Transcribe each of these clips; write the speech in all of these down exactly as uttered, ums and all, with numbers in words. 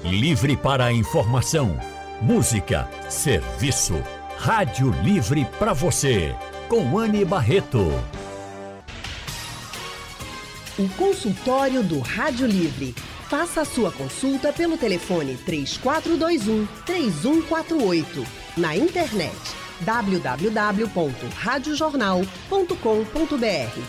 Livre para a informação, música, serviço. Rádio Livre para você, com Anne Barreto. O consultório do Rádio Livre. Faça a sua consulta pelo telefone três quatro dois um, três um quatro oito. Na internet w w w ponto rádio jornal ponto com ponto b r.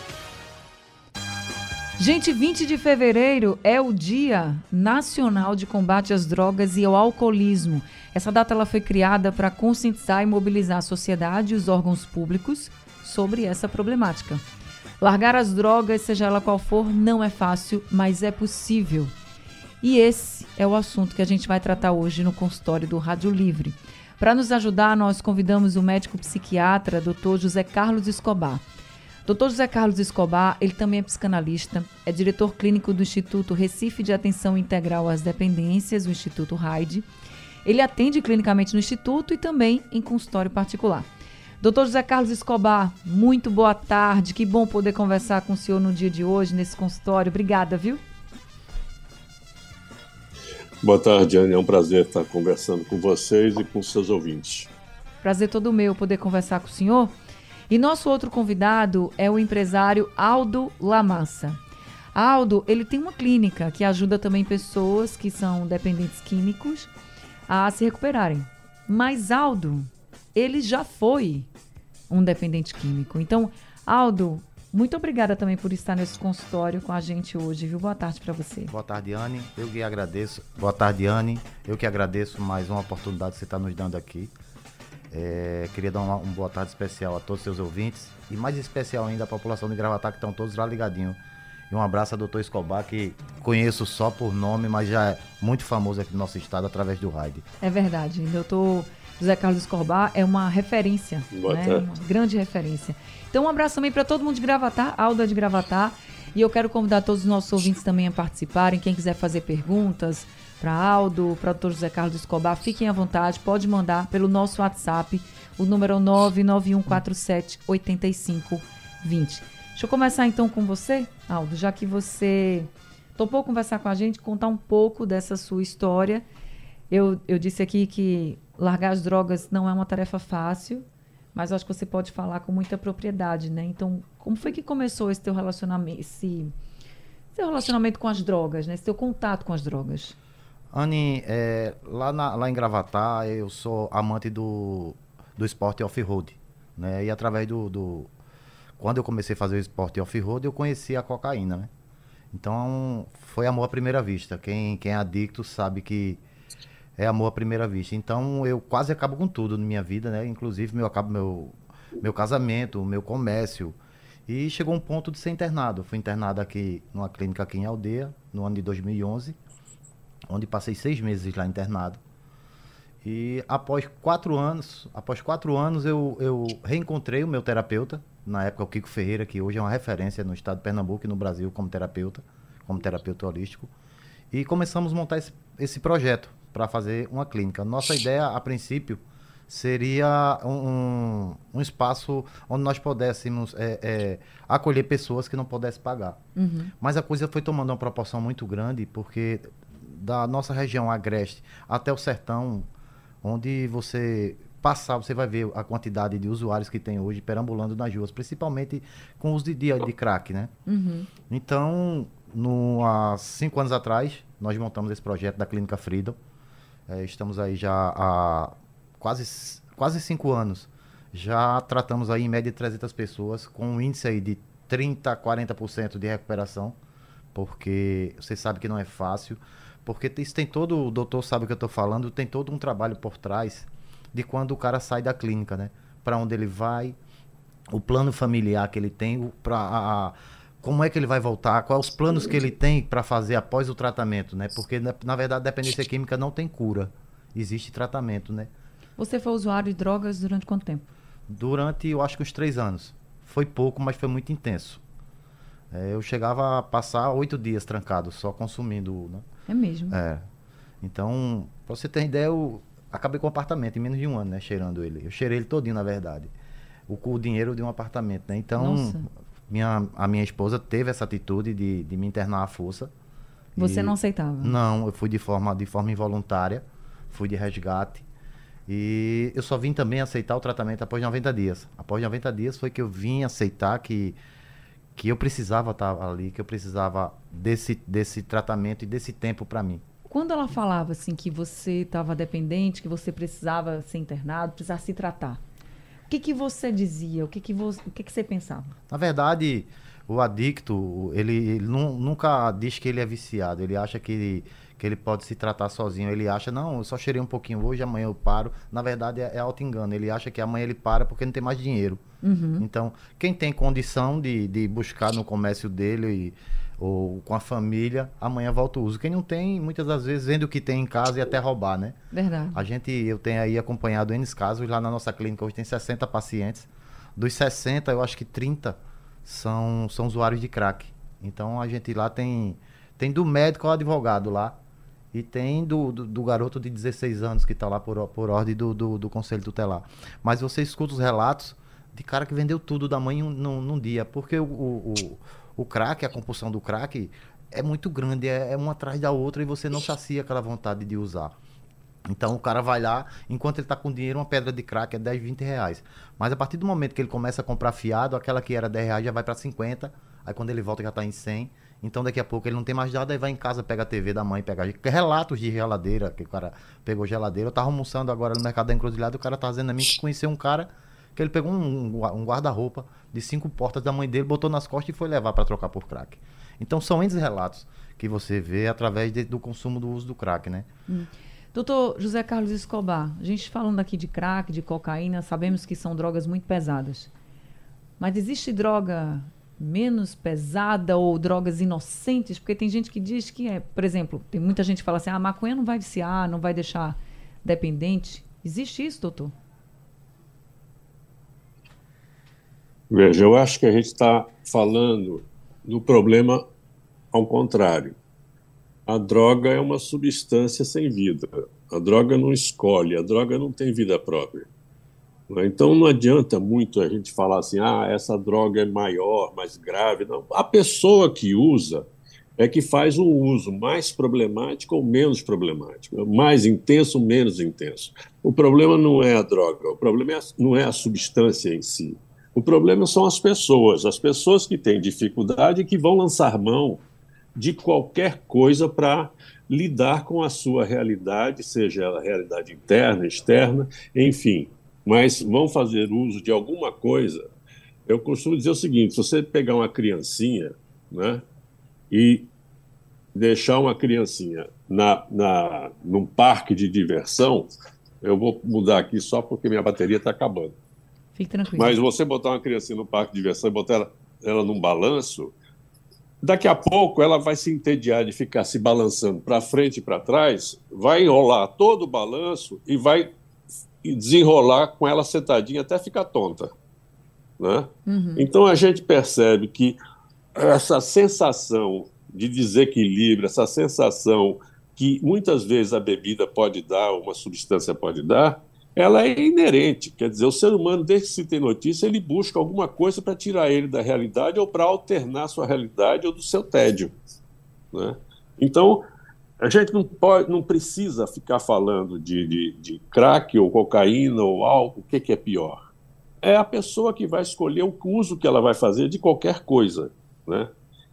Gente, vinte de fevereiro é o Dia Nacional de Combate às Drogas e ao Alcoolismo. Essa data ela foi criada para conscientizar e mobilizar a sociedade e os órgãos públicos sobre essa problemática. Largar as drogas, seja ela qual for, não é fácil, mas é possível. E esse é o assunto que a gente vai tratar hoje no consultório do Rádio Livre. Para nos ajudar, nós convidamos o médico psiquiatra, doutor José Carlos Escobar. doutor José Carlos Escobar, ele também é psicanalista, é diretor clínico do Instituto Recife de Atenção Integral às Dependências, o Instituto RAID. Ele atende clinicamente no Instituto e também em consultório particular. doutor José Carlos Escobar, muito boa tarde, que bom poder conversar com o senhor no dia de hoje, nesse consultório. Obrigada, viu? Boa tarde, Anne, é um prazer estar conversando com vocês e com seus ouvintes. Prazer todo meu poder conversar com o senhor. E nosso outro convidado é o empresário Aldo Lamassa. Aldo, ele tem uma clínica que ajuda também pessoas que são dependentes químicos a se recuperarem. Mas Aldo, ele já foi um dependente químico. Então, Aldo, muito obrigada também por estar nesse consultório com a gente hoje, viu? Boa tarde para você. Boa tarde, Anne. Eu que agradeço. Boa tarde, Anne. Eu que agradeço mais uma oportunidade que você está nos dando aqui. É, queria dar uma, uma boa tarde especial a todos os seus ouvintes e mais especial ainda a população de Gravatá, que estão todos lá ligadinhos. E um abraço ao doutor Escobar, que conheço só por nome, mas já é muito famoso aqui no nosso estado através do RAID. É verdade. Doutor José Carlos Escobar é uma referência, né? Uma grande referência. Então um abraço também para todo mundo de Gravatá, Alda de Gravatá. E eu quero convidar todos os nossos ouvintes também a participarem. Quem quiser fazer perguntas para Aldo, para o doutor José Carlos Escobar, fiquem à vontade, pode mandar pelo nosso WhatsApp, o número nove nove um quatro sete oito cinco dois zero. Deixa eu começar então com você, Aldo, já que você topou conversar com a gente, contar um pouco dessa sua história. Eu, eu disse aqui que largar as drogas não é uma tarefa fácil, mas acho que você pode falar com muita propriedade, né? Então, como foi que começou esse teu relacionamento, esse, seu relacionamento com as drogas, né? Esse teu contato com as drogas? Anne, é, lá, na, lá em Gravatá, eu sou amante do, do esporte off-road, né? E através do, do... Quando eu comecei a fazer o esporte off-road, eu conheci a cocaína, né? Então, foi amor à primeira vista. Quem, quem é adicto sabe que é amor à primeira vista. Então, eu quase acabo com tudo na minha vida, né? Inclusive, meu, acabo meu, meu casamento, meu comércio. E chegou um ponto de ser internado. Eu fui internado aqui, numa clínica aqui em Aldeia, no ano de dois mil e onze. Onde passei seis meses lá internado. E após quatro anos, após quatro anos eu, eu reencontrei o meu terapeuta, na época o Kiko Ferreira, que hoje é uma referência no estado de Pernambuco e no Brasil como terapeuta, como terapeuta holístico. E começamos a montar esse, esse projeto para fazer uma clínica. Nossa ideia, a princípio, seria um, um espaço onde nós pudéssemos é, é, acolher pessoas que não pudessem pagar. Uhum. Mas a coisa foi tomando uma proporção muito grande, porque da nossa região agreste até o sertão, onde você passar, você vai ver a quantidade de usuários que tem hoje perambulando nas ruas, principalmente com os de dia de crack, né? Uhum. Então, no, há cinco anos atrás, nós montamos esse projeto da Clínica Freedom. É, estamos aí já há quase, quase cinco anos. Já tratamos aí em média de trezentas pessoas, com um índice aí de trinta a quarenta por cento de recuperação, porque você sabe que não é fácil. Porque isso tem todo, o doutor sabe o que eu estou falando, tem todo um trabalho por trás de quando o cara sai da clínica, né? Para onde ele vai, o plano familiar que ele tem, pra, a, a, como é que ele vai voltar, quais os planos que ele tem para fazer após o tratamento, né? Porque, na, na verdade, a dependência química não tem cura, existe tratamento, né? Você foi usuário de drogas durante quanto tempo? Durante, eu acho que uns três anos. Foi pouco, mas foi muito intenso. É, eu chegava a passar oito dias trancado, só consumindo, né? É mesmo? É. Então, pra você ter ideia, eu acabei com o apartamento em menos de um ano, né? Cheirando ele. Eu cheirei ele todinho, na verdade. O, o dinheiro de um apartamento, né? Então, minha, a minha esposa teve essa atitude de, de me internar à força, Você E não aceitava? Não, eu fui de forma, de forma involuntária, fui de resgate. E eu só vim também aceitar o tratamento após noventa dias. Após noventa dias foi que eu vim aceitar que, que eu precisava estar ali, que eu precisava desse, desse tratamento e desse tempo para mim. Quando ela falava assim que você estava dependente, que você precisava ser internado, precisava se tratar, o que que você dizia? O que que você, o que que você pensava? Na verdade, o adicto, ele, ele nu- nunca diz que ele é viciado. Ele acha que ele, que ele pode se tratar sozinho. Ele acha, não, eu só cheirei um pouquinho hoje, amanhã eu paro. Na verdade, é, é auto-engano. Ele acha que amanhã ele para porque não tem mais dinheiro. Uhum. Então, quem tem condição de, de buscar no comércio dele e- ou com a família, amanhã volta o uso. Quem não tem, muitas das vezes, vende o que tem em casa e até roubar, né? Verdade. A gente, eu tenho aí acompanhado N casos, lá na nossa clínica hoje tem sessenta pacientes. Dos sessenta, eu acho que trinta são, são usuários de crack. Então a gente lá tem, tem do médico ao advogado lá. E tem do, do, do garoto de dezesseis anos que está lá por, por ordem do, do, do Conselho Tutelar. Mas você escuta os relatos de cara que vendeu tudo da mãe num, num, num dia. Porque o, o, o, o crack, a compulsão do crack é muito grande, é, é uma atrás da outra e você não sacia aquela vontade de usar. Então o cara vai lá, enquanto ele tá com dinheiro, uma pedra de crack é dez, vinte reais. Mas a partir do momento que ele começa a comprar fiado, aquela que era dez reais já vai para cinquenta, aí quando ele volta já tá em cem. Então daqui a pouco ele não tem mais nada, aí vai em casa, pega a T V da mãe, pega relatos de geladeira, que o cara pegou geladeira. Eu tava almoçando agora no mercado da Encruzilhada, o cara tá dizendo a mim que conheceu um cara que ele pegou um, um guarda-roupa de cinco portas da mãe dele, botou nas costas e foi levar para trocar por crack. Então são esses relatos que você vê através de, do consumo do uso do crack, né? Hum. Doutor José Carlos Escobar, a gente falando aqui de crack, de cocaína, sabemos que são drogas muito pesadas. Mas existe droga menos pesada ou drogas inocentes? Porque tem gente que diz que é, por exemplo, tem muita gente que fala assim, ah, a maconha não vai viciar, não vai deixar dependente. Existe isso, doutor? Veja, eu acho que a gente está falando do problema ao contrário. A droga é uma substância sem vida. A droga não escolhe, a droga não tem vida própria. Então não adianta muito a gente falar assim, ah, essa droga é maior, mais grave. Não. A pessoa que usa é que faz um uso mais problemático ou menos problemático, mais intenso ou menos intenso. O problema não é a droga, o problema é a, não é a substância em si. O problema são as pessoas, as pessoas que têm dificuldade e que vão lançar mão de qualquer coisa para lidar com a sua realidade, seja ela realidade interna, externa, enfim. Mas vão fazer uso de alguma coisa. Eu costumo dizer o seguinte, se você pegar uma criancinha, né, e deixar uma criancinha na, na, num parque de diversão, eu vou mudar aqui só porque minha bateria está acabando. Fique tranquilo. Mas você botar uma criancinha no parque de diversão e botar ela, ela num balanço, daqui a pouco ela vai se entediar de ficar se balançando para frente e para trás, vai enrolar todo o balanço e vai desenrolar com ela sentadinha até ficar tonta, né? Uhum. Então a gente percebe que essa sensação de desequilíbrio, essa sensação que muitas vezes a bebida pode dar, uma substância pode dar, ela é inerente. Quer dizer, o ser humano, desde que se tem notícia, ele busca alguma coisa para tirar ele da realidade ou para alternar sua realidade ou do seu tédio, né? Então, a gente não, pode, não precisa ficar falando de, de, de crack ou cocaína ou álcool, o que, que é pior. É a pessoa que vai escolher o uso que ela vai fazer de qualquer coisa, né?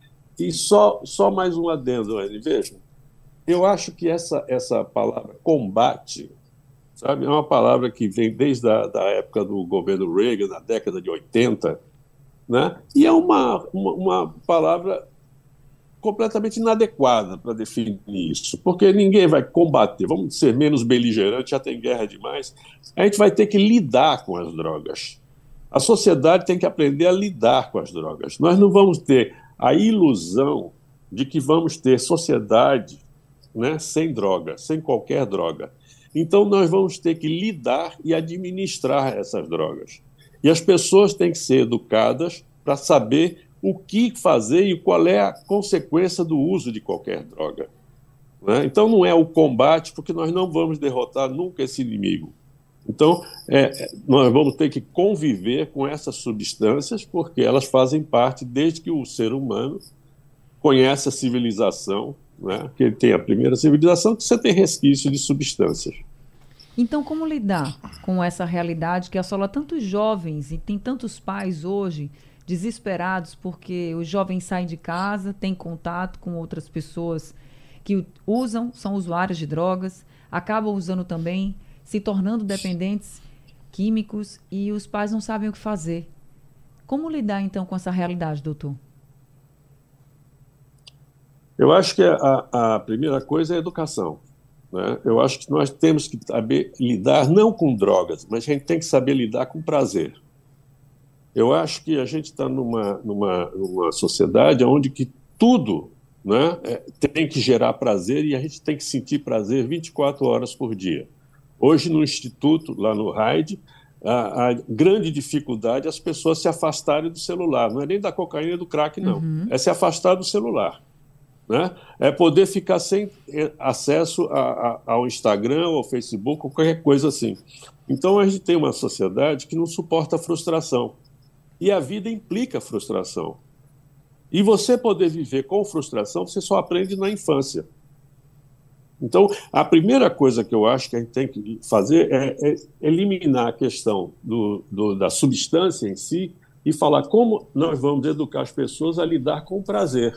E só, só mais um adendo, Anny, veja, eu acho que essa, essa palavra combate, sabe, é uma palavra que vem desde a da época do governo Reagan, na década de oitenta, né? E é uma, uma, uma palavra completamente inadequada para definir isso, porque ninguém vai combater, vamos ser menos beligerantes, já tem guerra demais, a gente vai ter que lidar com as drogas. A sociedade tem que aprender a lidar com as drogas. Nós não vamos ter a ilusão de que vamos ter sociedade, né, sem droga, sem qualquer droga. Então nós vamos ter que lidar e administrar essas drogas. E as pessoas têm que ser educadas para saber o que fazer e qual é a consequência do uso de qualquer droga, né? Então não é o combate, porque nós não vamos derrotar nunca esse inimigo. Então é, nós vamos ter que conviver com essas substâncias, porque elas fazem parte desde que o ser humano conhece a civilização, né? Que ele tem a primeira civilização, que você tem resquício de substâncias. Então, como lidar com essa realidade que assola tantos jovens e tem tantos pais hoje desesperados porque os jovens saem de casa, têm contato com outras pessoas que usam, são usuários de drogas, acabam usando também, se tornando dependentes químicos e os pais não sabem o que fazer. Como lidar, então, com essa realidade, doutor? Eu acho que a, a primeira coisa é a educação. Né? Eu acho que nós temos que saber lidar não com drogas, mas a gente tem que saber lidar com prazer. Eu acho que a gente está numa, numa, numa sociedade onde que tudo, né, é, tem que gerar prazer e a gente tem que sentir prazer vinte e quatro horas por dia. Hoje, no Instituto, lá no Raid, a, a grande dificuldade é as pessoas se afastarem do celular. Não é nem da cocaína e do crack, não. Uhum. É se afastar do celular. Né? É poder ficar sem acesso a, a, ao Instagram, ao Facebook, ou qualquer coisa assim. Então, a gente tem uma sociedade que não suporta a frustração. E a vida implica frustração. E você poder viver com frustração, você só aprende na infância. Então, a primeira coisa que eu acho que a gente tem que fazer é, é eliminar a questão do, do, da substância em si e falar como nós vamos educar as pessoas a lidar com o prazer.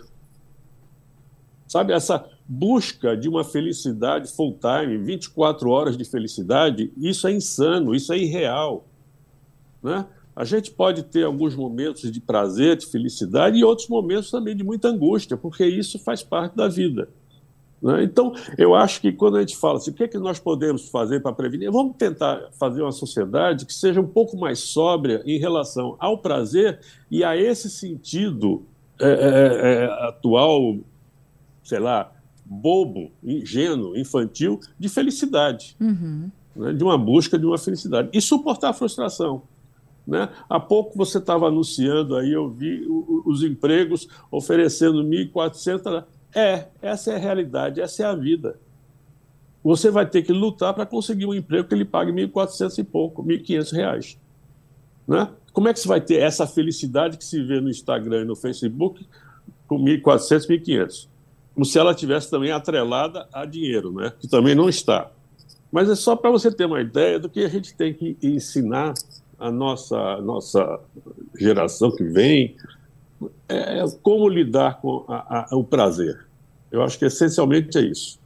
Sabe, essa busca de uma felicidade full time, vinte e quatro horas de felicidade, isso é insano, isso é irreal. Né? A gente pode ter alguns momentos de prazer, de felicidade, e outros momentos também de muita angústia, porque isso faz parte da vida. Né? Então, eu acho que quando a gente fala assim, o que é que nós podemos fazer para prevenir, vamos tentar fazer uma sociedade que seja um pouco mais sóbria em relação ao prazer e a esse sentido é, é, é, atual, sei lá, bobo, ingênuo, infantil, de felicidade, uhum. né? De uma busca de uma felicidade. E suportar a frustração. Né? Há pouco você estava anunciando aí, eu vi os empregos oferecendo mil e quatrocentos. É, essa é a realidade, essa é a vida. Você vai ter que lutar para conseguir um emprego que ele pague mil e quatrocentos e pouco, mil e quinhentos reais. Né? Como é que você vai ter essa felicidade que se vê no Instagram e no Facebook com mil e quatrocentos, mil e quinhentos? Como se ela tivesse também atrelada a dinheiro, né? Que também não está. Mas é só para você ter uma ideia do que a gente tem que ensinar a nossa, a nossa geração que vem, é como lidar com a, a, o prazer. Eu acho que essencialmente é isso.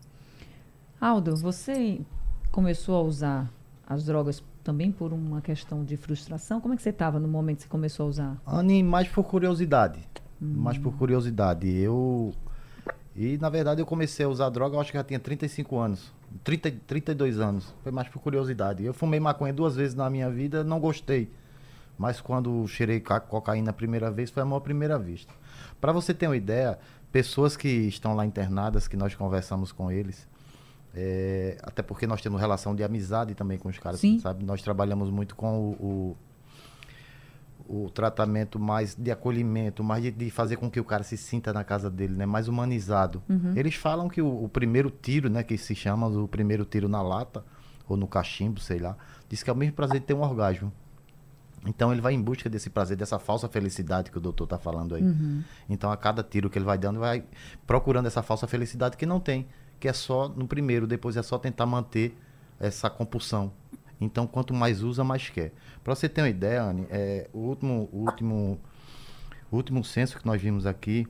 Aldo, você começou a usar as drogas também por uma questão de frustração? Como é que você estava no momento que você começou a usar? Anny, mais por curiosidade. Hum. Mais por curiosidade. Eu... E, na verdade, eu comecei a usar droga, eu acho que já tinha trinta e cinco anos. trinta, trinta e dois anos. Foi mais por curiosidade. Eu fumei maconha duas vezes na minha vida, não gostei. Mas quando cheirei cocaína a primeira vez, foi a maior primeira vista. Para você ter uma ideia, pessoas que estão lá internadas, que nós conversamos com eles, é, até porque nós temos relação de amizade também com os caras, sabe? Nós trabalhamos muito com o... o, o tratamento mais de acolhimento, mais de, de fazer com que o cara se sinta na casa dele, né? Mais humanizado. Uhum. Eles falam que o, o primeiro tiro, né? Que se chama o primeiro tiro na lata, ou no cachimbo, sei lá, diz que é o mesmo prazer de ter um orgasmo. Então ele vai em busca desse prazer, dessa falsa felicidade que o doutor está falando aí. Uhum. Então a cada tiro que ele vai dando, vai procurando essa falsa felicidade que não tem, que é só no primeiro, depois é só tentar manter essa compulsão. Então quanto mais usa, mais quer. Para você ter uma ideia, Anny, é, o último, o último, o último censo que nós vimos aqui,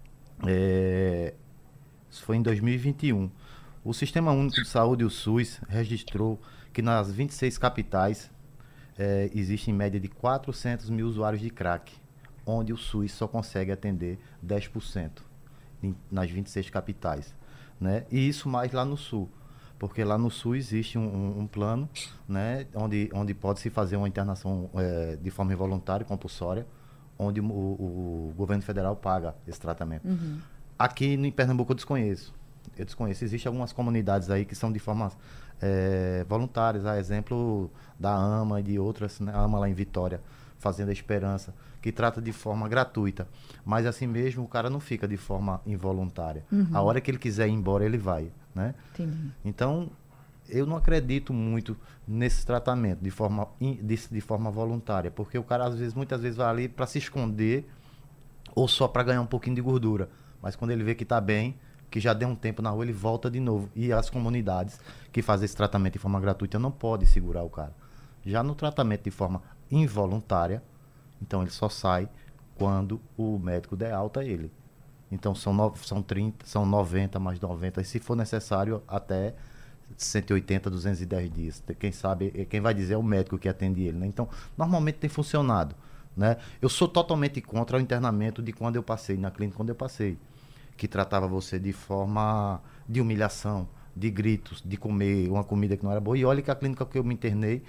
é, foi em dois mil e vinte e um. O Sistema Único de Saúde, o SUS, registrou que nas vinte e seis capitais É, existe em média de quatrocentos mil usuários de crack, onde o SUS só consegue atender dez por cento em, nas vinte e seis capitais. Né? E isso mais lá no Sul, porque lá no Sul existe um, um, um plano, né, onde, onde pode-se fazer uma internação é, de forma involuntária e compulsória, onde o, o, o governo federal paga esse tratamento. Uhum. Aqui em Pernambuco eu desconheço. Eu desconheço. Existem algumas comunidades aí que são de forma é, voluntárias, a exemplo da AMA e de outras, né? A AMA lá em Vitória, Fazenda Esperança, que trata de forma gratuita. Mas assim mesmo o cara não fica de forma involuntária. Uhum. A hora que ele quiser ir embora, ele vai. Né? Entendi. Então, eu não acredito muito nesse tratamento de forma, de, de forma voluntária, porque o cara, às vezes, muitas vezes vai ali para se esconder ou só para ganhar um pouquinho de gordura. Mas quando ele vê que está bem, que já deu um tempo na rua, ele volta de novo. E as comunidades que fazem esse tratamento de forma gratuita não podem segurar o cara. Já no tratamento de forma involuntária, então ele só sai quando o médico der alta a ele. Então são, no, são trinta, são noventa mais noventa, e se for necessário até cento e oitenta, duzentos e dez dias. Quem sabe, quem vai dizer é o médico que atende ele, né? Então, normalmente tem funcionado, né? Eu sou totalmente contra o internamento de quando eu passei, na clínica quando eu passei, que tratava você de forma de humilhação, de gritos, de comer uma comida que não era boa. E olha que a clínica que eu me internei,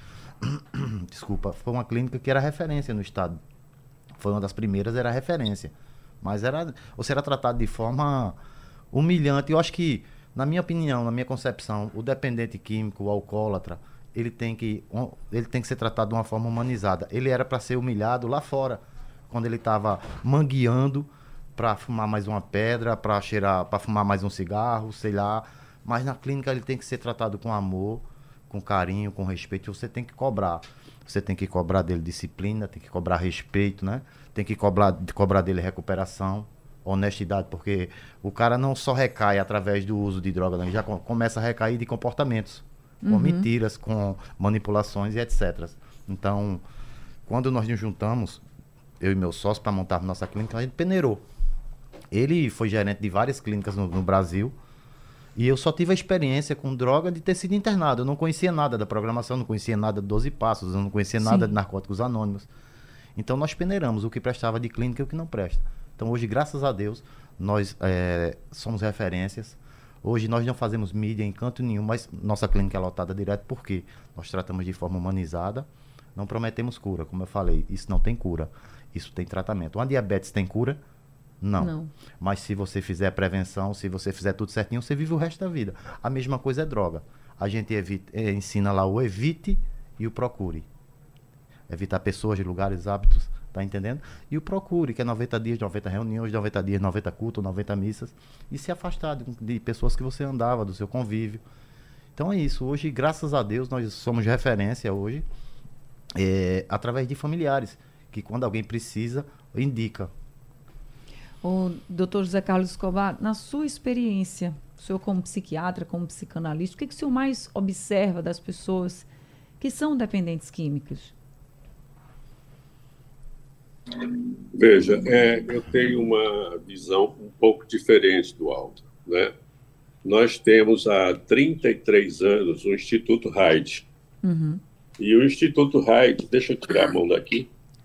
desculpa, foi uma clínica que era referência no estado. Foi uma das primeiras, era referência. Mas era, você era tratado de forma humilhante. Eu acho que, na minha opinião, na minha concepção, o dependente químico, o alcoólatra, ele tem que, ele tem que ser tratado de uma forma humanizada. Ele era para ser humilhado lá fora, quando ele estava mangueando para fumar mais uma pedra, para cheirar, para fumar mais um cigarro, sei lá. Mas na clínica ele tem que ser tratado com amor, com carinho, com respeito. Você tem que cobrar. Você tem que cobrar dele disciplina, tem que cobrar respeito, né? Tem que cobrar, cobrar dele recuperação, honestidade, porque o cara não só recai através do uso de droga, né? Ele já começa a recair de comportamentos, com uhum. mentiras, com manipulações e etcétera. Então, quando nós nos juntamos, eu e meu sócio, para montar nossa clínica, a gente peneirou. Ele foi gerente de várias clínicas no, no Brasil, e eu só tive a experiência com droga de ter sido internado. Eu não conhecia nada da programação, não conhecia nada de doze passos, eu não conhecia Sim. nada de narcóticos anônimos. Então nós peneiramos o que prestava de clínica e o que não presta. Então hoje, graças a Deus, nós é, somos referências. Hoje nós não fazemos mídia em canto nenhum, mas nossa clínica é lotada direto porque nós tratamos de forma humanizada, não prometemos cura. Como eu falei, isso não tem cura, isso tem tratamento. Uma diabetes tem cura? Não. não. Mas se você fizer a prevenção, se você fizer tudo certinho, você vive o resto da vida. A mesma coisa é droga. A gente evita, é, ensina lá o evite e o procure. Evitar pessoas, lugares, hábitos, tá entendendo? E o procure, que é noventa dias, noventa reuniões, noventa dias, noventa cultos, noventa missas. E se afastar de, de pessoas que você andava, do seu convívio. Então é isso. Hoje, graças a Deus, nós somos referência hoje, é, através de familiares, que quando alguém precisa, indica. O doutor José Carlos Escobar, na sua experiência, o senhor como psiquiatra, como psicanalista, o que, que o senhor mais observa das pessoas que são dependentes químicos? Veja, é, eu tenho uma visão um pouco diferente do Aldo, né? Nós temos há trinta e três anos o Instituto Hyde. Uhum. E o Instituto Hyde, deixa eu tirar a mão daqui,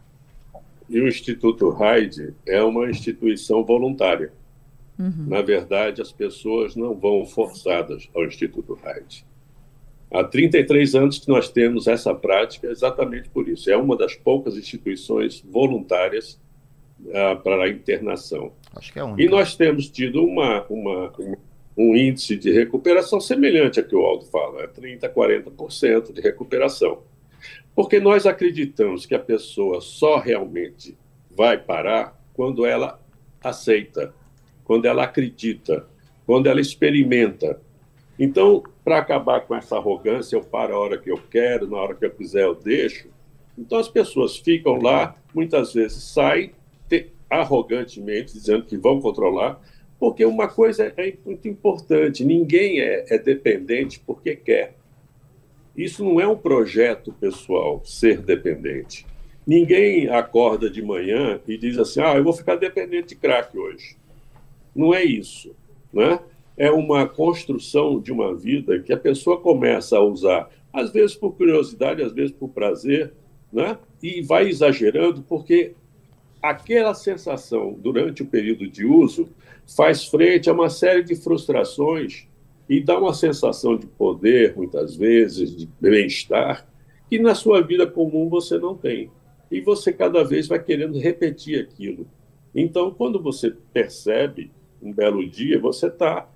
e o Instituto Hyde é uma instituição voluntária. Uhum. Na verdade, as pessoas não vão forçadas ao Instituto Hyde. Há trinta e três anos que nós temos essa prática exatamente por isso. É uma das poucas instituições voluntárias uh, para a internação. Acho que é a única. E nós temos tido uma, uma, um, um índice de recuperação semelhante a que o Aldo fala, é trinta, quarenta por cento de recuperação. Porque nós acreditamos que a pessoa só realmente vai parar quando ela aceita, quando ela acredita, quando ela experimenta. Então, para acabar com essa arrogância, eu paro a hora que eu quero, na hora que eu quiser eu deixo. Então, as pessoas ficam lá, muitas vezes saem te, arrogantemente, dizendo que vão controlar, porque uma coisa é muito importante, ninguém é, é dependente porque quer. Isso não é um projeto pessoal, ser dependente. Ninguém acorda de manhã e diz assim, ah, eu vou ficar dependente de crack hoje. Não é isso, né? É uma construção de uma vida que a pessoa começa a usar, às vezes por curiosidade, às vezes por prazer, né? E vai exagerando porque aquela sensação, durante o período de uso, faz frente a uma série de frustrações e dá uma sensação de poder, muitas vezes, de bem-estar, que na sua vida comum você não tem. E você cada vez vai querendo repetir aquilo. Então, quando você percebe, um belo dia, você está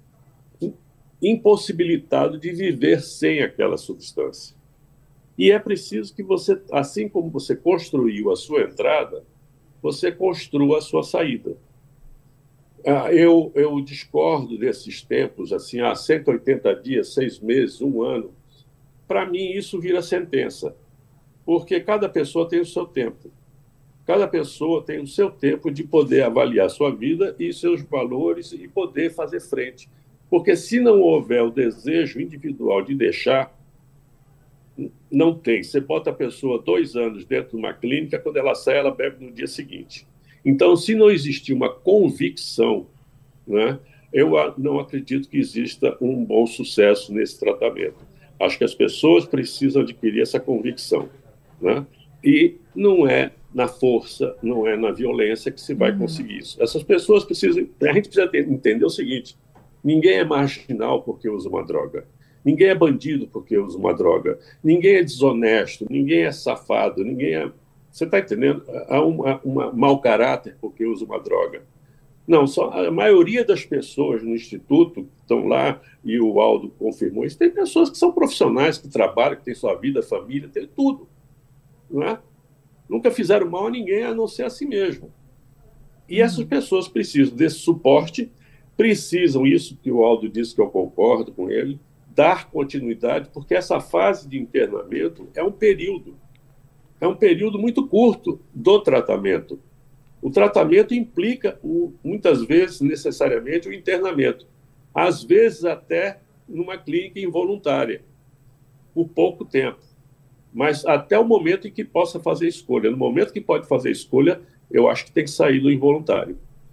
impossibilitado de viver sem aquela substância. E é preciso que você, assim como você construiu a sua entrada, você construa a sua saída. Ah, eu, eu discordo desses tempos, assim, há cento e oitenta dias, seis meses, um ano. Para mim, isso vira sentença, porque cada pessoa tem o seu tempo. Cada pessoa tem o seu tempo de poder avaliar sua vida e seus valores e poder fazer frente. Porque se não houver o desejo individual de deixar, não tem. Você bota a pessoa dois anos dentro de uma clínica, quando ela sai, ela bebe no dia seguinte. Então, se não existir uma convicção, né, eu não acredito que exista um bom sucesso nesse tratamento. Acho que as pessoas precisam adquirir essa convicção, né? E não é na força, não é na violência que se vai uhum. conseguir isso. Essas pessoas precisam... A gente precisa ter, entender o seguinte: ninguém é marginal porque usa uma droga. Ninguém é bandido porque usa uma droga. Ninguém é desonesto, ninguém é safado, ninguém é... Você está entendendo? Há um uma mau caráter porque usa uma droga. Não, só a maioria das pessoas no Instituto que estão lá, e o Aldo confirmou isso, tem pessoas que são profissionais, que trabalham, que têm sua vida, família, tem tudo. Não é? Nunca fizeram mal a ninguém, a não ser a si mesmo. E essas pessoas precisam desse suporte, precisam, isso que o Aldo disse, que eu concordo com ele, dar continuidade, porque essa fase de internamento é um período, é um período muito curto do tratamento. O tratamento implica, o, muitas vezes, necessariamente, o internamento. Às vezes, até numa clínica involuntária, por pouco tempo. Mas até o momento em que possa fazer escolha. No momento que pode fazer escolha, eu acho que tem que sair do involuntário.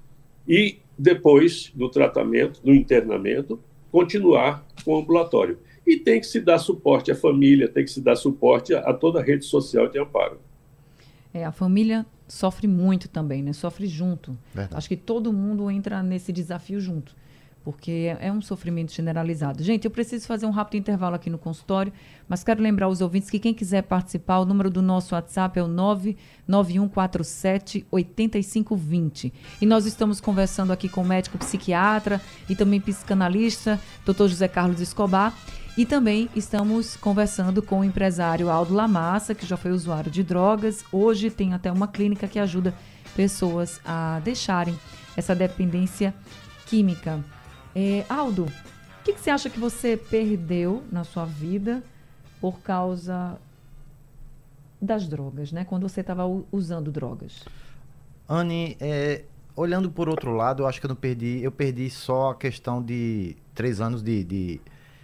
E, depois do tratamento, do internamento, continuar com o ambulatório. E tem que se dar suporte à família, tem que se dar suporte a, a toda a rede social de amparo. É, a família sofre muito também, né? Sofre junto. Verdade. Acho que todo mundo entra nesse desafio junto, porque é um sofrimento generalizado. Gente, eu preciso fazer um rápido intervalo aqui no consultório, mas quero lembrar aos ouvintes que quem quiser participar, o número do nosso WhatsApp é o nove nove um quatro sete oito cinco dois zero. E nós estamos conversando aqui com o médico psiquiatra e também psicanalista, doutor José Carlos Escobar. E também estamos conversando com o empresário Aldo Lamassa, que já foi usuário de drogas. Hoje tem até uma clínica que ajuda pessoas a deixarem essa dependência química. É, Aldo, o que, que você acha que você perdeu na sua vida por causa das drogas, né? Quando você estava usando drogas? Anne, é, olhando por outro lado, eu acho que eu não perdi. Eu perdi só a questão de três anos de... de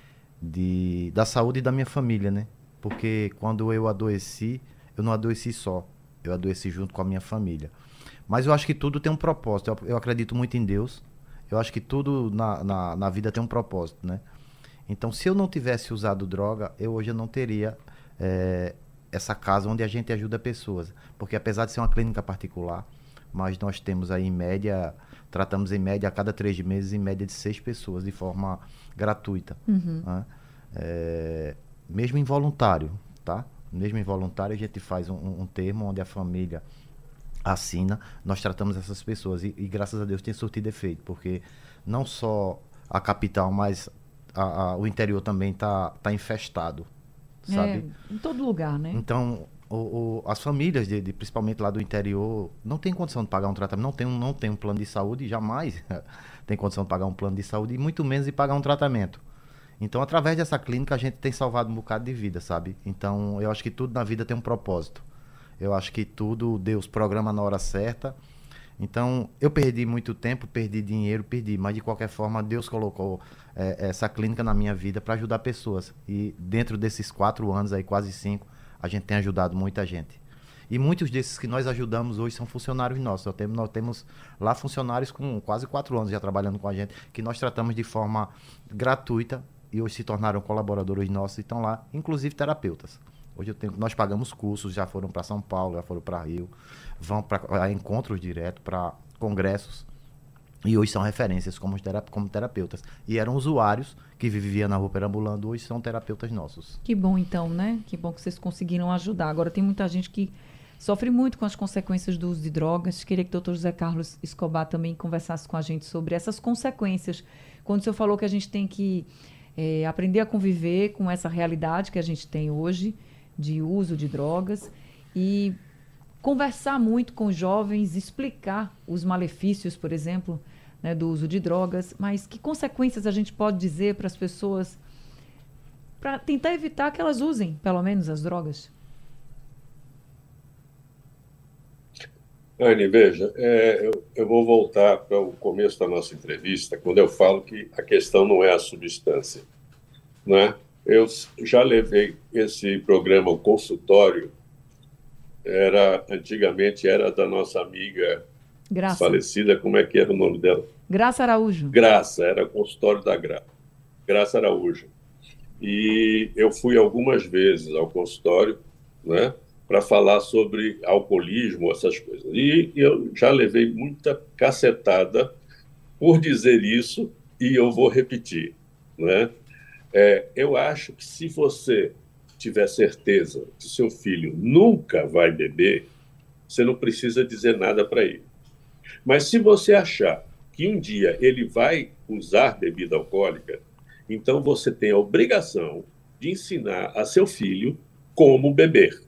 De, da saúde da minha família, né? Porque quando eu adoeci, eu não adoeci só, eu adoeci junto com a minha família. Mas eu acho que tudo tem um propósito, eu, eu acredito muito em Deus, eu acho que tudo na, na, na vida tem um propósito, né? Então, se eu não tivesse usado droga, eu hoje não teria é, essa casa onde a gente ajuda pessoas. Porque apesar de ser uma clínica particular, mas nós temos aí em média, tratamos em média a cada três meses, em média de seis pessoas, de forma gratuita. Uhum. Né? É, mesmo involuntário, tá? Mesmo involuntário, a gente faz um, um termo onde a família assina, nós tratamos essas pessoas e, e graças a Deus tem surtido efeito, porque não só a capital, mas a, a, o interior também tá, tá infestado, sabe? É, em todo lugar, né? Então, o, o, as famílias, de, de, principalmente lá do interior, não tem condição de pagar um tratamento, não tem um, não tem um plano de saúde, jamais tem condição de pagar um plano de saúde, e muito menos de pagar um tratamento. Então, através dessa clínica, a gente tem salvado um bocado de vida, sabe? Então, eu acho que tudo na vida tem um propósito. Eu acho que tudo Deus programa na hora certa. Então, eu perdi muito tempo, perdi dinheiro, perdi. Mas, de qualquer forma, Deus colocou é, essa clínica na minha vida para ajudar pessoas. E dentro desses quatro anos, aí quase cinco, a gente tem ajudado muita gente. E muitos desses que nós ajudamos hoje são funcionários nossos. Nós temos, nós temos lá funcionários com quase quatro anos já trabalhando com a gente, que nós tratamos de forma gratuita e hoje se tornaram colaboradores nossos e estão lá, inclusive terapeutas. Hoje eu tenho, nós pagamos cursos, já foram para São Paulo, já foram para Rio, vão para encontros direto, para congressos, e hoje são referências como, terap como terapeutas. E eram usuários que viviam na rua perambulando, hoje são terapeutas nossos. Que bom então, né? Que bom que vocês conseguiram ajudar. Agora tem muita gente que sofre muito com as consequências do uso de drogas. Queria que o doutor José Carlos Escobar também conversasse com a gente sobre essas consequências. Quando o senhor falou que a gente tem que é, aprender a conviver com essa realidade que a gente tem hoje, de uso de drogas, e conversar muito com os jovens, explicar os malefícios, por exemplo, né, do uso de drogas, mas que consequências a gente pode dizer para as pessoas para tentar evitar que elas usem, pelo menos, as drogas? Anne, veja, é, eu, eu vou voltar para o começo da nossa entrevista, quando eu falo que a questão não é a substância, né? Eu já levei esse programa, o consultório, era, antigamente era da nossa amiga Graça. falecida, como é que era o nome dela? Graça Araújo. Graça, era o consultório da Graça, Graça Araújo. E eu fui algumas vezes ao consultório, né, para falar sobre alcoolismo, essas coisas. E eu já levei muita cacetada por dizer isso, e eu vou repetir, né? É, eu acho que se você tiver certeza que seu filho nunca vai beber, você não precisa dizer nada para ele. Mas se você achar que um dia ele vai usar bebida alcoólica, então você tem a obrigação de ensinar a seu filho como beber.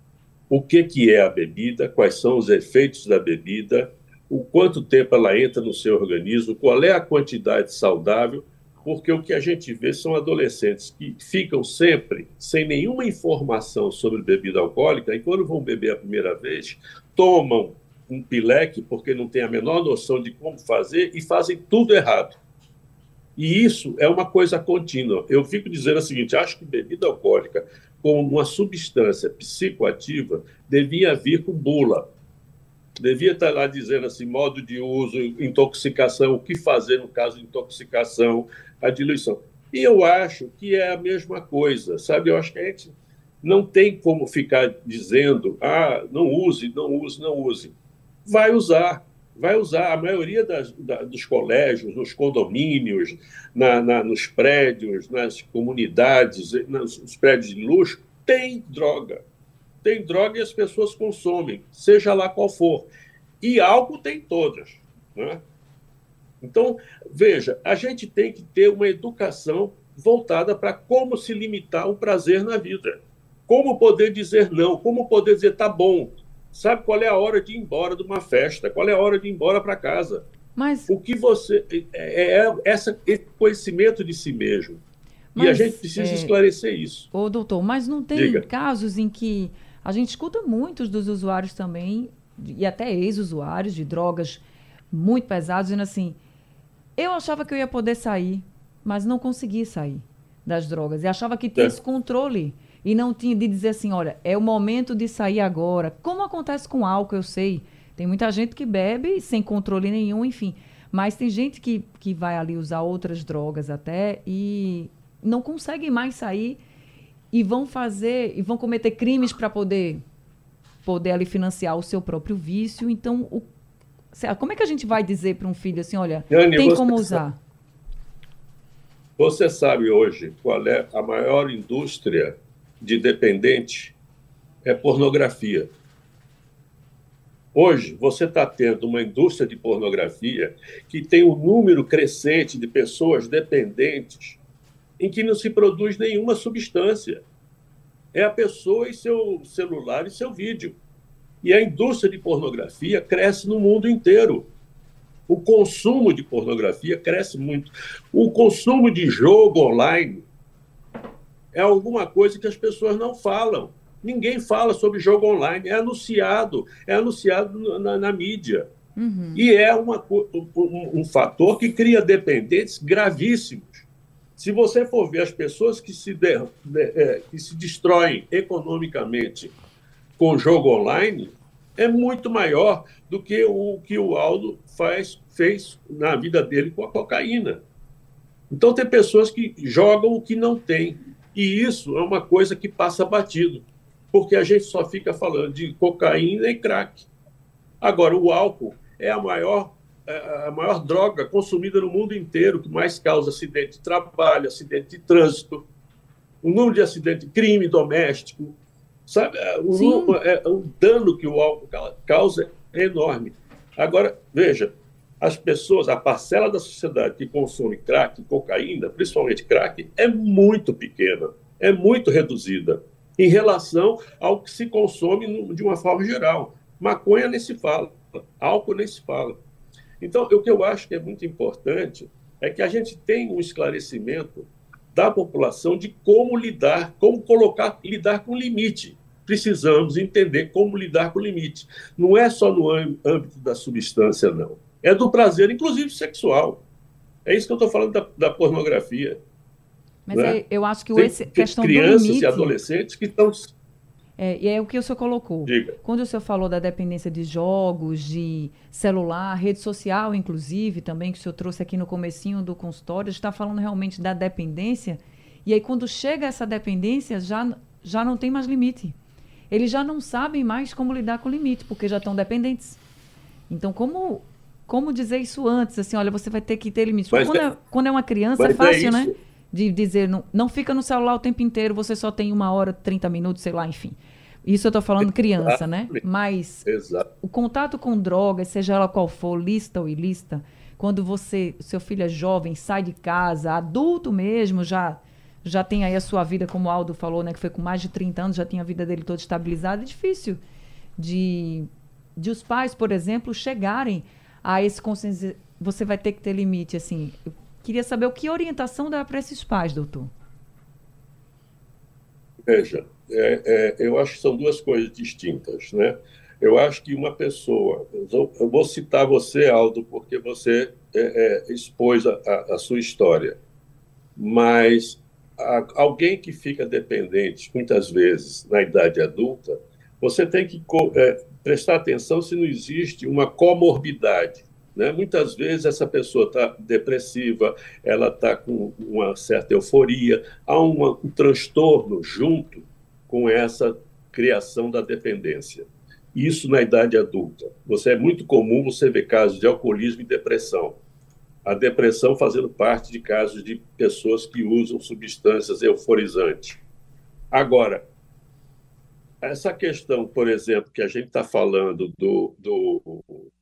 O que, que é a bebida, quais são os efeitos da bebida, o quanto tempo ela entra no seu organismo, qual é a quantidade saudável, porque o que a gente vê são adolescentes que ficam sempre sem nenhuma informação sobre bebida alcoólica e quando vão beber a primeira vez, tomam um pileque porque não têm a menor noção de como fazer e fazem tudo errado. E isso é uma coisa contínua. Eu fico dizendo o seguinte, acho que bebida alcoólica, como uma substância psicoativa, devia vir com bula. Devia estar lá dizendo assim, modo de uso, intoxicação, o que fazer no caso de intoxicação, a diluição. E eu acho que é a mesma coisa, sabe? Eu acho que a gente não tem como ficar dizendo, ah, não use, não use, não use. Vai usar, vai usar. A maioria das, da, dos colégios, nos condomínios, na, na, nos prédios, nas comunidades, nos, nos prédios de luxo, tem droga. Tem droga e as pessoas consomem, seja lá qual for. E álcool tem todas, né? Então, veja, a gente tem que ter uma educação voltada para como se limitar o prazer na vida. Como poder dizer não, como poder dizer tá bom. Sabe qual é a hora de ir embora de uma festa, qual é a hora de ir embora para casa. Mas... O que você... É, é essa, esse conhecimento de si mesmo. Mas, e a gente precisa é... esclarecer isso. Ô, doutor, mas não tem Diga. casos em que a gente escuta muitos dos usuários também, e até ex-usuários de drogas muito pesadas, dizendo assim, eu achava que eu ia poder sair, mas não consegui sair das drogas. E achava que tinha é. esse controle. E não tinha de dizer assim, olha, é o momento de sair agora. Como acontece com álcool, eu sei. Tem muita gente que bebe sem controle nenhum, enfim. Mas tem gente que, que vai ali usar outras drogas até e não consegue mais sair e vão fazer, e vão cometer crimes para poder, poder ali financiar o seu próprio vício. Então, o, como é que a gente vai dizer para um filho assim, olha, Yane, tem como usar? Sabe, você sabe hoje qual é a maior indústria de dependente? É pornografia. Hoje, você está tendo uma indústria de pornografia que tem um número crescente de pessoas dependentes em que não se produz nenhuma substância. É a pessoa e seu celular e seu vídeo. E a indústria de pornografia cresce no mundo inteiro. O consumo de pornografia cresce muito. O consumo de jogo online é alguma coisa que as pessoas não falam. Ninguém fala sobre jogo online. É anunciado, é anunciado na, na mídia. Uhum. E é uma, um, um fator que cria dependentes gravíssimos. Se você for ver as pessoas que se, de, de, é, que se destroem economicamente com jogo online, é muito maior do que o que o Aldo faz, fez na vida dele com a cocaína. Então, tem pessoas que jogam o que não tem. E isso é uma coisa que passa batido, porque a gente só fica falando de cocaína e crack. Agora, o álcool é a maior, a maior droga consumida no mundo inteiro, que mais causa acidente de trabalho, acidente de trânsito, o número de acidente de crime doméstico. Sabe? O, número, é, o dano que o álcool causa é enorme. Agora, veja, as pessoas, a parcela da sociedade que consome crack e cocaína, principalmente crack, é muito pequena, é muito reduzida em relação ao que se consome de uma forma geral. Maconha nem se fala, álcool nem se fala. Então, o que eu acho que é muito importante é que a gente tenha um esclarecimento da população de como lidar, como colocar, lidar com limite. precisamos entender como lidar com o limite. Não é só no âmbito da substância, não. É do prazer, inclusive sexual. É isso que eu estou falando da, da pornografia. Mas né? é, eu acho que Tem essa questão do crianças limite... e adolescentes que estão... É, e é o que o senhor colocou. Diga. Quando o senhor falou da dependência de jogos, de celular, rede social, inclusive, também, que o senhor trouxe aqui no comecinho do consultório, está falando realmente da dependência. E aí, quando chega essa dependência, já, já não tem mais limite. Eles já não sabem mais como lidar com o limite, porque já estão dependentes. Então, como, como dizer isso antes? Assim, olha, você vai ter que ter limites. Quando é, quando é uma criança, é fácil, é né? De dizer, não, não fica no celular o tempo inteiro, você só tem uma hora, trinta minutos, sei lá, enfim. Isso eu estou falando criança, né? Mas Exato. O contato com drogas, seja ela qual for, lícita ou ilícita, quando você, seu filho é jovem, sai de casa, adulto mesmo, já, já tem aí a sua vida, como o Aldo falou, né? Que foi com mais de trinta anos, já tinha a vida dele toda estabilizada. É difícil de, de os pais, por exemplo, chegarem a esse consenso. Você vai ter que ter limite, assim. Eu queria saber o que orientação dá para esses pais, doutor. Veja, é, é, eu acho que são duas coisas distintas, né? Eu acho que uma pessoa... Eu vou citar você, Aldo, porque você é, é, expôs a, a, a sua história. Mas a, alguém que fica dependente, muitas vezes, na idade adulta, você tem que é, prestar atenção se não existe uma comorbidade. Né? Muitas vezes essa pessoa está depressiva, ela está com uma certa euforia, há uma, um transtorno junto com essa criação da dependência. Isso na idade adulta. Você, é muito comum você ver casos de alcoolismo e depressão. A depressão fazendo parte de casos de pessoas que usam substâncias euforizantes. Agora, essa questão, por exemplo, que a gente está falando do... do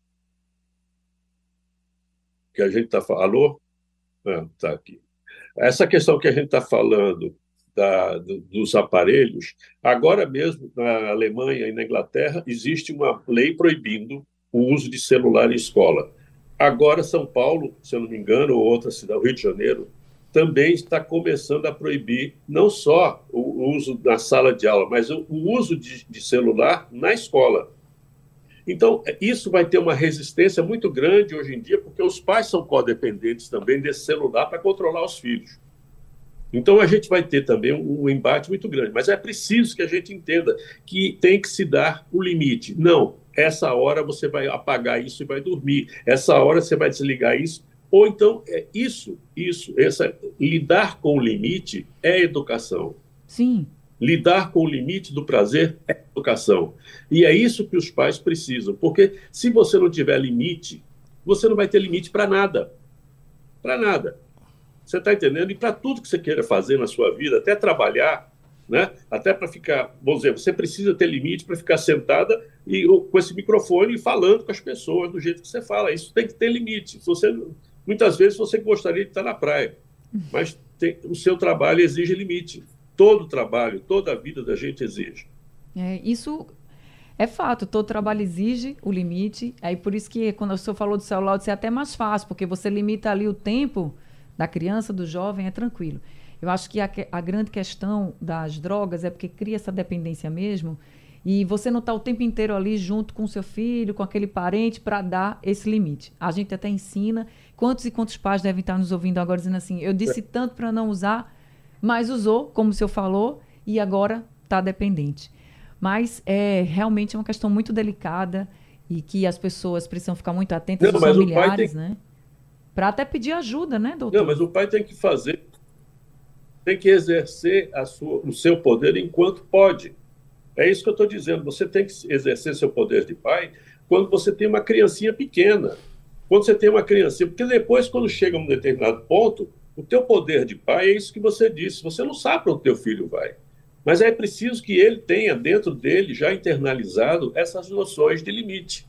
que a gente está falando... Alô? Ah, tá aqui. Essa questão que a gente está falando da, do, dos aparelhos, agora mesmo na Alemanha e na Inglaterra existe uma lei proibindo o uso de celular em escola. Agora São Paulo, se eu não me engano, ou outra cidade, o Rio de Janeiro, também está começando a proibir não só o uso na sala de aula, mas o, o uso de, de celular na escola. Então, isso vai ter uma resistência muito grande hoje em dia, porque os pais são codependentes também desse celular para controlar os filhos. Então, a gente vai ter também um, um embate muito grande. Mas é preciso que a gente entenda que tem que se dar o limite. Não, essa hora você vai apagar isso e vai dormir. Essa hora você vai desligar isso. Ou então, é isso, isso, essa, lidar com o limite é educação. Sim. Lidar com o limite do prazer é educação. E é isso que os pais precisam. Porque se você não tiver limite, você não vai ter limite para nada. Para nada. Você está entendendo? E para tudo que você queira fazer na sua vida, até trabalhar, né? Até para ficar... Vamos dizer, você precisa ter limite para ficar sentada e, com esse microfone e falando com as pessoas do jeito que você fala. Isso tem que ter limite. Se você, muitas vezes você gostaria de estar na praia, mas tem, o seu trabalho exige limite. Todo trabalho, toda a vida da gente exige. É, isso é fato, todo trabalho exige o limite. Aí por isso que quando o senhor falou do celular, isso é até mais fácil, porque você limita ali o tempo da criança, do jovem, é tranquilo. Eu acho que a, a grande questão das drogas é porque cria essa dependência mesmo, e você não está o tempo inteiro ali junto com o seu filho, com aquele parente, para dar esse limite. A gente até ensina. Quantos e quantos pais devem estar nos ouvindo agora dizendo assim, eu disse tanto para não usar, mas usou, como o senhor falou, e agora está dependente. Mas é realmente uma questão muito delicada e que as pessoas precisam ficar muito atentas, não, os familiares, tem... né? Para até pedir ajuda, né, doutor? Não, mas o pai tem que fazer, tem que exercer a sua, o seu poder enquanto pode. É isso que eu estou dizendo. Você tem que exercer seu poder de pai quando você tem uma criancinha pequena. Quando você tem uma criancinha... Porque depois, quando chega a um determinado ponto, o teu poder de pai é isso que você disse. Você não sabe para onde o teu filho vai. Mas é preciso que ele tenha dentro dele, já internalizado, essas noções de limite.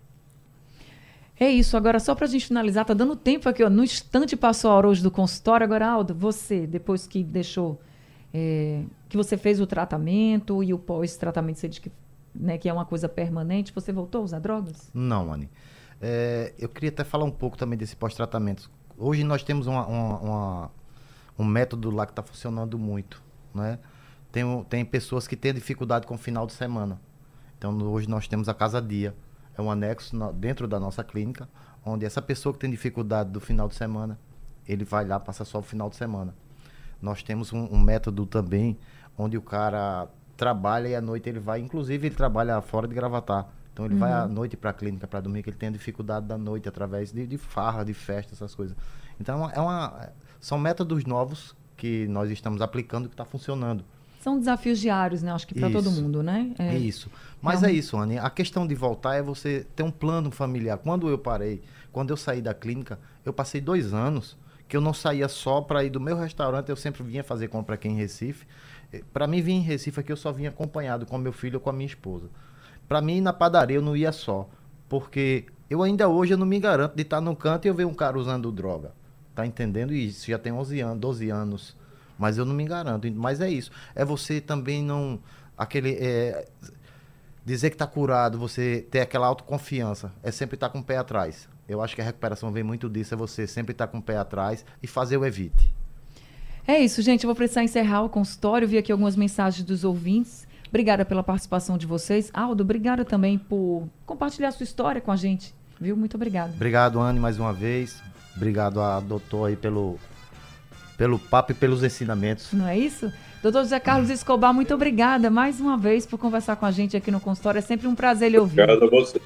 É isso. Agora, só para a gente finalizar, tá dando tempo aqui, ó. No instante passou a hora hoje do consultório. Agora, Aldo, você, depois que deixou, é, que você fez o tratamento e o pós-tratamento, você diz que, né, que é uma coisa permanente, você voltou a usar drogas? Não, Anny. É, eu queria até falar um pouco também desse pós-tratamento. Hoje nós temos uma, uma, uma, um método lá que está funcionando muito, né? Tem, tem pessoas que têm dificuldade com o final de semana. Então, hoje nós temos a Casa Dia. É um anexo na, dentro da nossa clínica, onde essa pessoa que tem dificuldade do final de semana, ele vai lá, passa só o final de semana. Nós temos um, um método também, onde o cara trabalha e à noite ele vai, inclusive ele trabalha fora de Gravatá. Então ele uhum. vai à noite para a clínica para dormir, que ele tem a dificuldade da noite através de, de farra, de festa, essas coisas. Então é uma, são métodos novos que nós estamos aplicando que está funcionando. São desafios diários, né? Acho que para todo mundo, né? É isso. Mas é, um... é isso, Anny. A questão de voltar é você ter um plano familiar. Quando eu parei, quando eu saí da clínica, eu passei dois anos que eu não saía só para ir do meu restaurante, eu sempre vinha fazer compra aqui em Recife. Para mim, vir em Recife aqui, eu só vinha acompanhado com meu filho ou com a minha esposa. Para mim, na padaria, eu não ia só. Porque eu ainda hoje eu não me garanto de estar num canto e eu ver um cara usando droga. Tá entendendo? E isso já tem onze anos, doze anos. Mas eu não me garanto. Mas é isso. É você também não... aquele é, dizer que está curado, você ter aquela autoconfiança. É sempre estar com o pé atrás. Eu acho que a recuperação vem muito disso. É você sempre estar com o pé atrás e fazer o evite. É isso, gente. Eu vou precisar encerrar o consultório. Vi aqui algumas mensagens dos ouvintes. Obrigada pela participação de vocês. Aldo, obrigada também por compartilhar a sua história com a gente. Viu? Muito obrigada. Obrigado, Anny, mais uma vez. Obrigado a doutor aí pelo... pelo papo e pelos ensinamentos. Não é isso? Doutor José Carlos Escobar, muito obrigada mais uma vez por conversar com a gente aqui no consultório. É sempre um prazer lhe ouvir. Obrigado a você.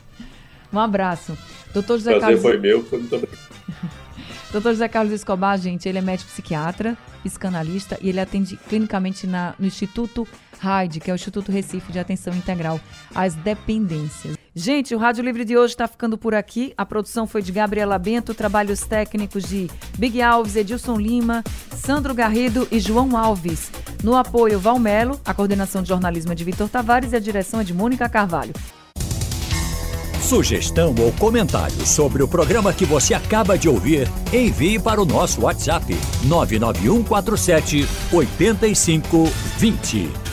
Um abraço. Doutor José o prazer Carlos... foi meu, foi muito obrigado. Doutor José Carlos Escobar, gente, ele é médico psiquiatra, psicanalista e ele atende clinicamente na, no Instituto RAID, que é o Instituto Recife de Atenção Integral às Dependências. Gente, o Rádio Livre de hoje está ficando por aqui. A produção foi de Gabriela Bento, trabalhos técnicos de Big Alves, Edilson Lima, Sandro Garrido e João Alves. No apoio, Valmelo, a coordenação de jornalismo é de Vitor Tavares e a direção é de Mônica Carvalho. Sugestão ou comentário sobre o programa que você acaba de ouvir, envie para o nosso WhatsApp nove nove um quatro sete oito cinco dois zero.